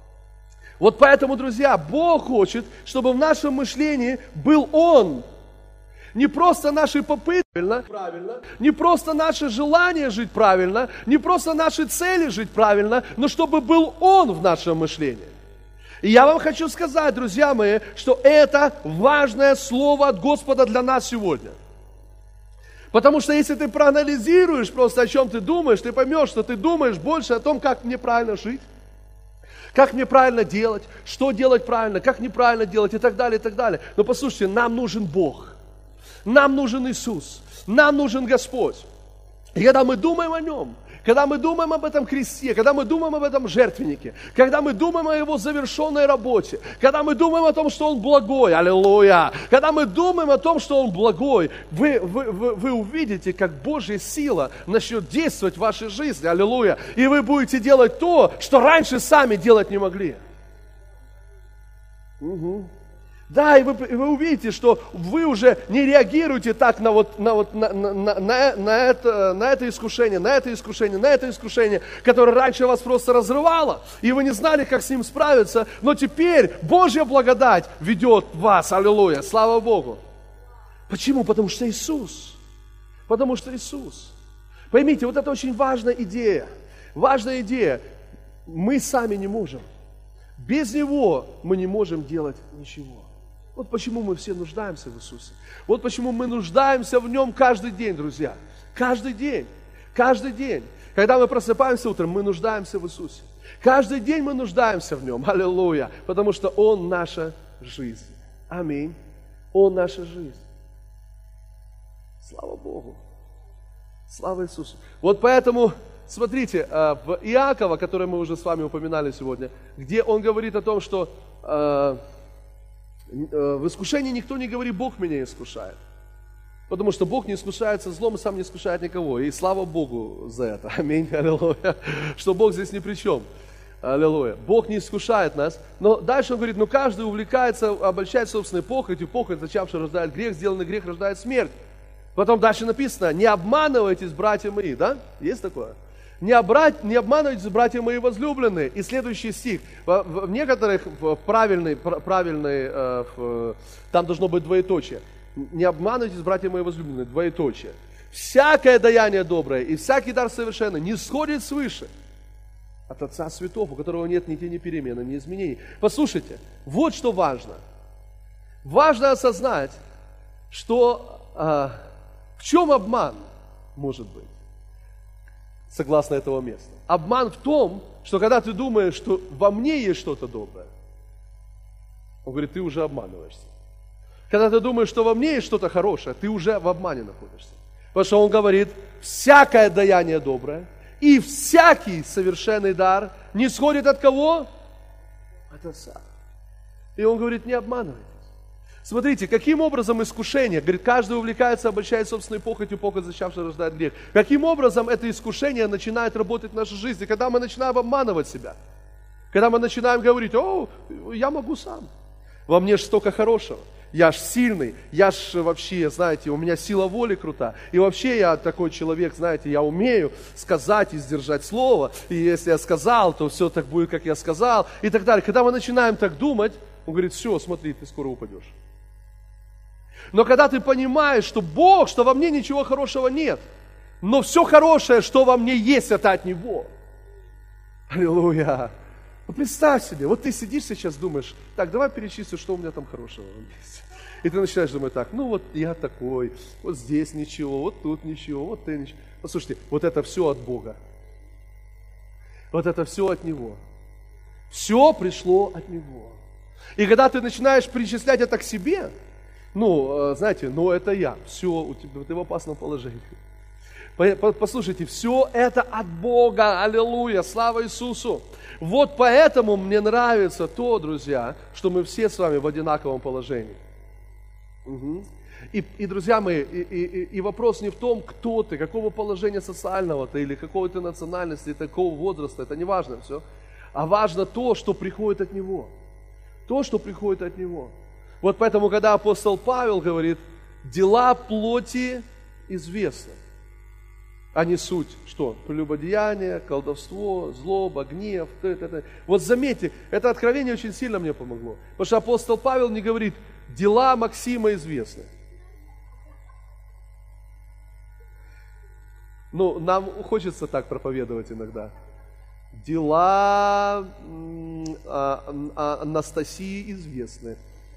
Speaker 1: Вот поэтому, друзья, Бог хочет, чтобы в нашем мышлении был Он. Не просто наши попытки, правильно, не просто наше желание жить правильно, не просто наши цели жить правильно, но чтобы был Он в нашем мышлении. И я вам хочу сказать, друзья мои, что это важное слово от Господа для нас сегодня. Потому что если ты проанализируешь просто, о чем ты думаешь, ты поймешь, что ты думаешь больше о том, как мне правильно жить, как мне правильно делать, что делать правильно, как неправильно делать и так далее, и так далее. Но послушайте, нам нужен Бог, нам нужен Иисус, нам нужен Господь. И когда мы думаем о Нем, когда мы думаем об этом кресте, когда мы думаем об этом жертвеннике, когда мы думаем о Его завершенной работе, когда мы думаем о том, что Он благой, аллилуйя, когда мы думаем о том, что Он благой, вы, вы, вы, вы увидите, как Божья сила начнет действовать в вашей жизни, аллилуйя, и вы будете делать то, что раньше сами делать не могли. Угу. Да, и вы, и вы увидите, что вы уже не реагируете так на, вот, на, вот, на, на, на, на, это, на это искушение, на это искушение, на это искушение, которое раньше вас просто разрывало, и вы не знали, как с ним справиться, но теперь Божья благодать ведет вас, аллилуйя, слава Богу. Почему? Потому что Иисус. Потому что Иисус. Поймите, вот это очень важная идея. Важная идея. Мы сами не можем. Без Него мы не можем делать ничего. Вот почему мы все нуждаемся в Иисусе. Вот почему мы нуждаемся в Нем каждый день, друзья. Каждый день. Каждый день. Когда мы просыпаемся утром, мы нуждаемся в Иисусе. Каждый день мы нуждаемся в Нем. Аллилуйя. Потому что Он наша жизнь. Аминь. Он наша жизнь. Слава Богу. Слава Иисусу. Вот поэтому, смотрите, в Иакова, который мы уже с вами упоминали сегодня, где он говорит о том, что в искушении никто не говорит, Бог меня искушает. Потому что Бог не искушается злом и сам не искушает никого. И слава Богу за это. Аминь. Аллилуйя. Что Бог здесь ни при чем. Аллилуйя. Бог не искушает нас. Но дальше он говорит, ну каждый увлекается, обольщает собственной похотью. Похоть, зачавшая, рождает грех, сделанный грех рождает смерть. Потом дальше написано, не обманывайтесь, братья мои. Да? Есть такое? Не, обрать, не обманывайтесь, братья мои возлюбленные. И следующий стих. В, в, в некоторых в правильный, правильный э, в, там должно быть двоеточие. Не обманывайтесь, братья мои возлюбленные, двоеточие. Всякое даяние доброе и всякий дар совершенный не сходит свыше от Отца Святого, у которого нет ни тени перемены, ни изменений. Послушайте, вот что важно. Важно осознать, что э, в чем обман может быть. Согласно этого места. Обман в том, что когда ты думаешь, что во мне есть что-то доброе, он говорит, ты уже обманываешься. Когда ты думаешь, что во мне есть что-то хорошее, ты уже в обмане находишься. Потому что он говорит, всякое даяние доброе и всякий совершенный дар не сходит от кого? От Отца. И он говорит, не обманывайтесь. Смотрите, каким образом искушение, говорит, каждый увлекается, обольщает собственной похотью, похоть зачавшая рождает грех. Каким образом это искушение начинает работать в нашей жизни, когда мы начинаем обманывать себя. Когда мы начинаем говорить, о, я могу сам, во мне ж столько хорошего, я ж сильный, я ж вообще, знаете, у меня сила воли крута, и вообще я такой человек, знаете, я умею сказать и сдержать слово, и если я сказал, то все так будет, как я сказал, и так далее. Когда мы начинаем так думать, он говорит, все, смотри, ты скоро упадешь. Но когда ты понимаешь, что Бог, что во мне ничего хорошего нет, но все хорошее, что во мне есть, это от Него. Аллилуйя. Ну, представь себе, вот ты сидишь сейчас, думаешь, так, давай перечислю, что у меня там хорошего есть. И ты начинаешь думать так, ну вот я такой, вот здесь ничего, вот тут ничего, вот ты ничего. Послушайте, вот это все от Бога. Вот это все от Него. Все пришло от Него. И когда ты начинаешь перечислять это к себе, ну, знаете, ну это я, все, у тебя, ты в опасном положении. Послушайте, все это от Бога, аллилуйя, слава Иисусу. Вот поэтому мне нравится то, друзья, что мы все с вами в одинаковом положении. Угу. И, и, друзья мои, и, и, и вопрос не в том, кто ты, какого положения социального ты, или какой ты национальности, или какого возраста, это не важно все, а важно то, что приходит от Него. То, что приходит от Него. Вот поэтому, когда апостол Павел говорит, дела плоти известны, а не суть, что? Прелюбодеяние, колдовство, злоба, гнев. Т -т -т. Вот заметьте, это откровение очень сильно мне помогло. Потому что апостол Павел не говорит, дела Максима известны. Ну, нам хочется так проповедовать иногда. Дела Анастасии известны.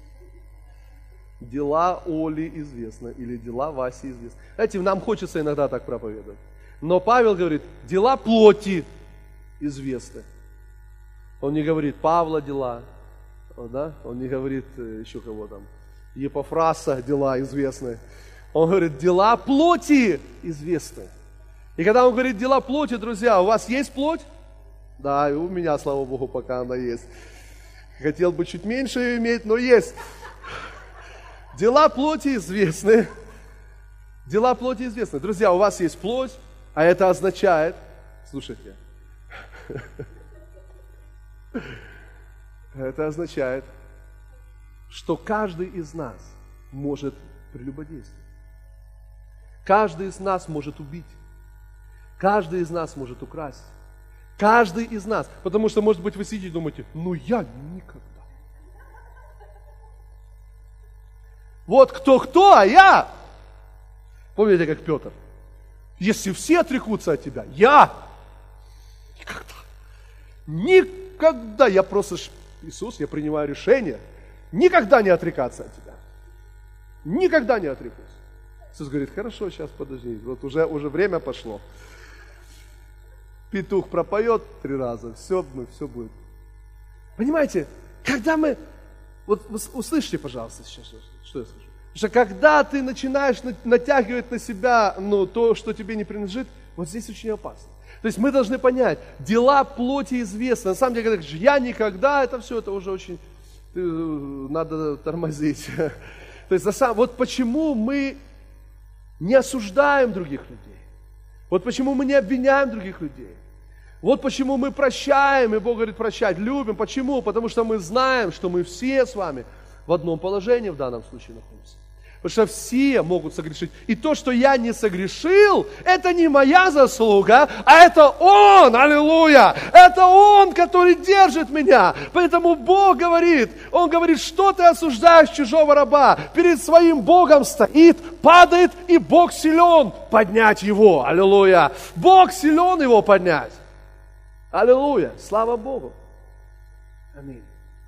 Speaker 1: Дела Оли известны, или дела Васи известны. Знаете, нам хочется иногда так проповедовать. Но Павел говорит, дела плоти известны. Он не говорит Павла дела, да? Он не говорит еще кого там, Епофраса дела известные. Он говорит, дела плоти известны. И когда он говорит дела плоти, друзья, у вас есть плоть? Да, и у меня, слава Богу, пока она есть. Хотел бы чуть меньше ее иметь, но есть. Дела плоти известны. Дела плоти известны. Друзья, у вас есть плоть, а это означает, слушайте, это означает, что каждый из нас может прелюбодействовать. Каждый из нас может убить. Каждый из нас может украсть. Каждый из нас. Потому что, может быть, вы сидите и думаете, ну я никогда. Вот кто-кто, а я. Помните, как Петр? Если все отрекутся от тебя, я никогда. Никогда. Я просто, Иисус, я принимаю решение никогда не отрекаться от тебя. Никогда не отрекусь. Иисус говорит, хорошо, сейчас подожди, вот уже, уже время пошло. Петух пропоет три раза, все, мы, все будет. Понимаете, когда мы, вот услышьте, пожалуйста, сейчас, что я скажу. Потому что когда ты начинаешь натягивать на себя ну, то, что тебе не принадлежит, вот здесь очень опасно. То есть мы должны понять, дела плоти известны. На самом деле, когда говоришь, я никогда, это все, это уже очень, надо тормозить. То есть, вот почему мы не осуждаем других людей. Вот почему мы не обвиняем других людей. Вот почему мы прощаем, и Бог говорит прощать, любим. Почему? Потому что мы знаем, что мы все с вами в одном положении в данном случае находимся. Потому что все могут согрешить. И то, что я не согрешил, это не моя заслуга, а это Он, аллилуйя! Это Он, который держит меня. Поэтому Бог говорит, Он говорит, что ты осуждаешь чужого раба? Перед своим Богом стоит, падает, и Бог силен поднять его, аллилуйя! Бог силен его поднять. Аллилуйя! Слава Богу! Аминь.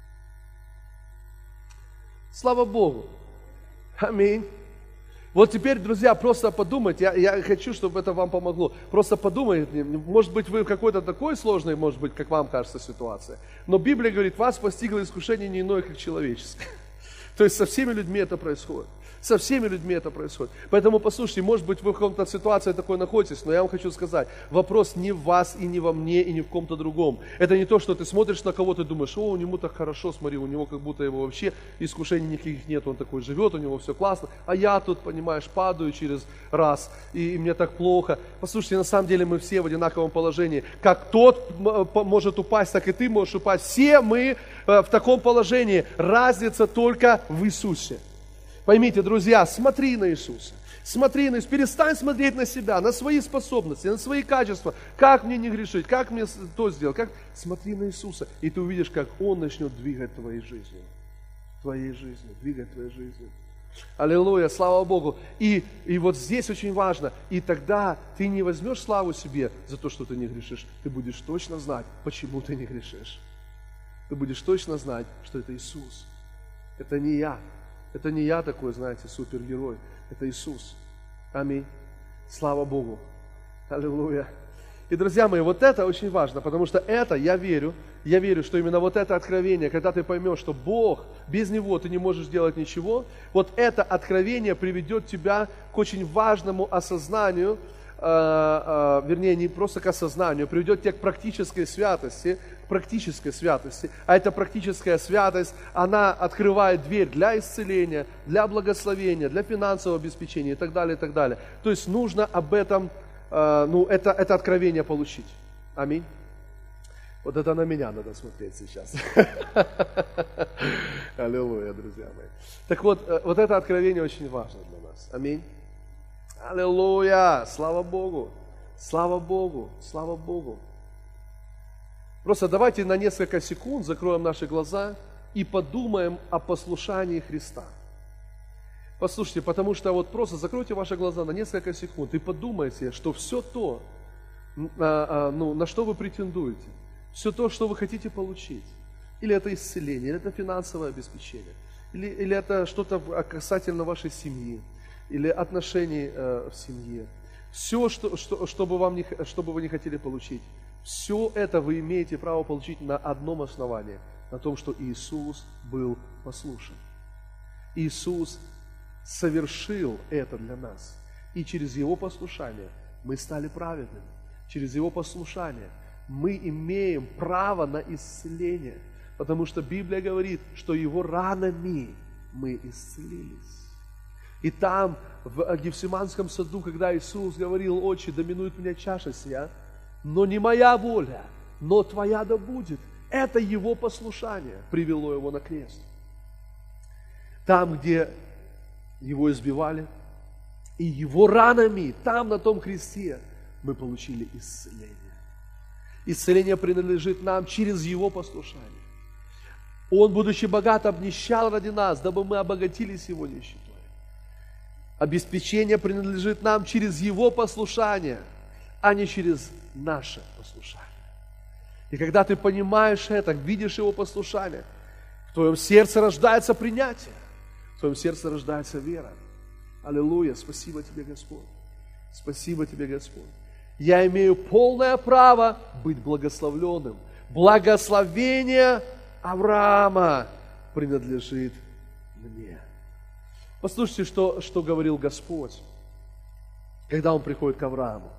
Speaker 1: Слава Богу! Аминь. Вот теперь, друзья, просто подумайте, я, я хочу, чтобы это вам помогло. Просто подумайте, может быть, вы в какой-то такой сложной, может быть, как вам кажется, ситуации. Но Библия говорит, вас постигло искушение не иное, как человеческое. То есть со всеми людьми это происходит. Со всеми людьми это происходит. Поэтому послушайте, может быть, вы в каком-то ситуации такой находитесь, но я вам хочу сказать, вопрос не в вас и не во мне и не в ком-то другом. Это не то, что ты смотришь на кого-то и думаешь, о, у него так хорошо, смотри, у него как будто его вообще искушений никаких нет, он такой живет, у него все классно, а я тут, понимаешь, падаю через раз, и, и мне так плохо. Послушайте, на самом деле мы все в одинаковом положении. Как тот может упасть, так и ты можешь упасть. Все мы в таком положении. Разница только в Иисусе. Поймите, друзья, смотри на Иисуса. Смотри на Иисуса. Перестань смотреть на себя, на свои способности, на свои качества. Как мне не грешить, как мне то сделать. Как... Смотри на Иисуса, и ты увидишь, как Он начнет двигать твоей жизнью. Твоей жизнью, двигать твоей жизнью. Аллилуйя, слава Богу. И, и вот здесь очень важно. И тогда ты не возьмешь славу себе за то, что ты не грешишь. Ты будешь точно знать, почему ты не грешишь. Ты будешь точно знать, что это Иисус. Это не я. Это не я такой, знаете, супергерой. Это Иисус. Аминь. Слава Богу. Аллилуйя. И, друзья мои, вот это очень важно, потому что это, я верю, я верю, что именно вот это откровение, когда ты поймешь, что Бог, без Него ты не можешь делать ничего, вот это откровение приведет тебя к очень важному осознанию, э, э, вернее, не просто к осознанию, приведет тебя к практической святости, практической святости. А эта практическая святость, она открывает дверь для исцеления, для благословения, для финансового обеспечения и так далее, и так далее. То есть нужно об этом, э, ну, это, это откровение получить. Аминь. Вот это на меня надо смотреть сейчас. Аллилуйя, друзья мои. Так вот, вот это откровение очень важно для нас. Аминь. Аллилуйя. Слава Богу. Слава Богу. Слава Богу. Просто давайте на несколько секунд закроем наши глаза и подумаем о послушании Христа. Послушайте, потому что вот просто закройте ваши глаза на несколько секунд и подумайте, что все то, ну, на что вы претендуете, все то, что вы хотите получить, или это исцеление, или это финансовое обеспечение, или, или это что-то касательно вашей семьи, или отношений э, в семье, все, что, что, что, бы вам не, что бы вы не хотели получить, Все это вы имеете право получить на одном основании, на том, что Иисус был послушен. Иисус совершил это для нас. И через Его послушание мы стали праведными. Через Его послушание мы имеем право на исцеление. Потому что Библия говорит, что Его ранами мы исцелились. И там, в Гефсиманском саду, когда Иисус говорил: «Отче, доминует меня чаша сия, но не моя воля, но Твоя да будет». Это Его послушание привело Его на крест. Там, где Его избивали, и Его ранами, там, на том кресте, мы получили исцеление. Исцеление принадлежит нам через Его послушание. Он, будучи богат, обнищал ради нас, дабы мы обогатились Его нищетой. Обеспечение принадлежит нам через Его послушание, а не через наше послушание. И когда ты понимаешь это, видишь Его послушание, в твоем сердце рождается принятие, в твоем сердце рождается вера. Аллилуйя! Спасибо Тебе, Господь! Спасибо Тебе, Господь! Я имею полное право быть благословленным. Благословение Авраама принадлежит мне. Послушайте, что, что говорил Господь, когда Он приходит к Аврааму.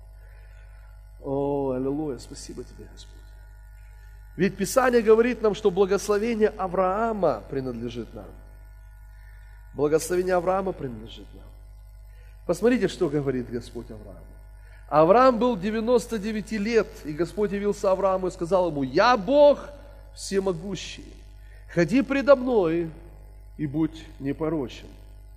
Speaker 1: О, аллилуйя, спасибо Тебе, Господь. Ведь Писание говорит нам, что благословение Авраама принадлежит нам. Благословение Авраама принадлежит нам. Посмотрите, что говорит Господь Аврааму. Авраам был девяносто девять лет, и Господь явился Аврааму и сказал ему: «Я Бог всемогущий, ходи предо мной и будь непорочен».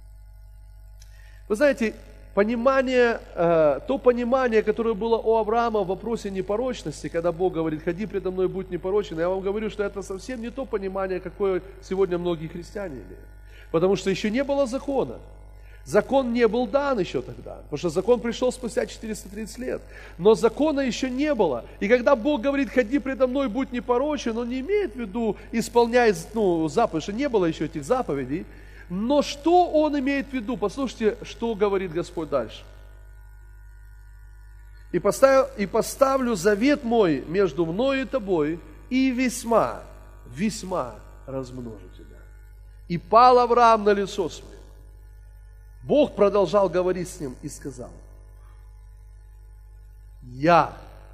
Speaker 1: Вы знаете, понимание, э, то понимание, которое было у Авраама в вопросе непорочности, когда Бог говорит: «Ходи предо мной и будь непорочен», я вам говорю, что это совсем не то понимание, какое сегодня многие христиане имеют. Потому что еще не было закона. Закон не был дан еще тогда, потому что закон пришел спустя четыреста тридцать лет. Но закона еще не было. И когда Бог говорит: «Ходи предо мной, будь непорочен», Он не имеет в виду исполняй, ну, заповедь, что не было еще этих заповедей. Но что Он имеет в виду? Послушайте, что говорит Господь дальше. «И поставлю, и поставлю завет мой между мной и тобой, и весьма, весьма размножу тебя». И пал Авраам на лицо свое. Бог продолжал говорить с ним и сказал: «Я,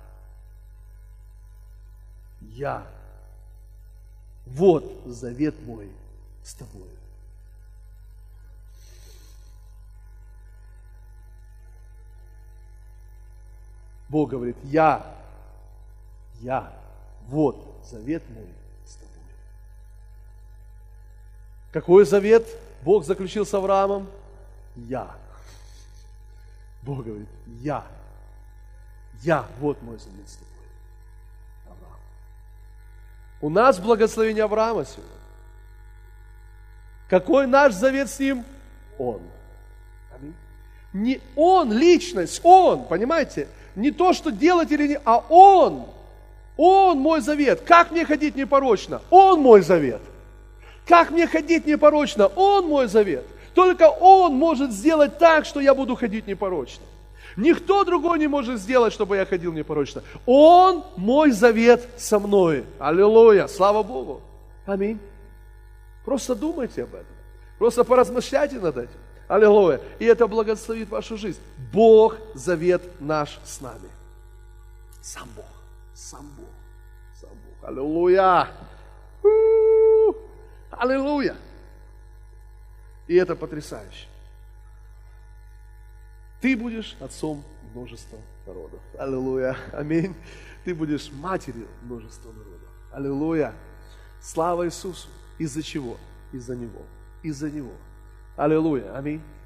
Speaker 1: я, вот завет мой с тобой». Бог говорит: «Я, я, вот завет мой с тобой». Какой завет Бог заключил с Авраамом? Я. Бог говорит: я. Я, вот мой завет с тобой, Авраам. У нас благословение Авраама сегодня. Какой наш завет с ним? Он. Аминь. Не он, личность, он, понимаете? Не то, что делать или не, а он. Он мой завет. Как мне ходить непорочно? Он мой завет. Как мне ходить непорочно? Он мой завет. Только Он может сделать так, что я буду ходить непорочно. Никто другой не может сделать, чтобы я ходил непорочно. Он мой завет со мной. Аллилуйя! Слава Богу! Аминь. Просто думайте об этом. Просто поразмышляйте над этим. Аллилуйя! И это благословит вашу жизнь. Бог завет наш с нами. Сам Бог. Сам Бог. Сам Бог. Аллилуйя! У-у-у! Аллилуйя! И это потрясающе. Ты будешь отцом множества народов. Аллилуйя. Аминь. Ты будешь матерью множества народов. Аллилуйя. Слава Иисусу. Из-за чего? Из-за Него. Из-за Него. Аллилуйя. Аминь.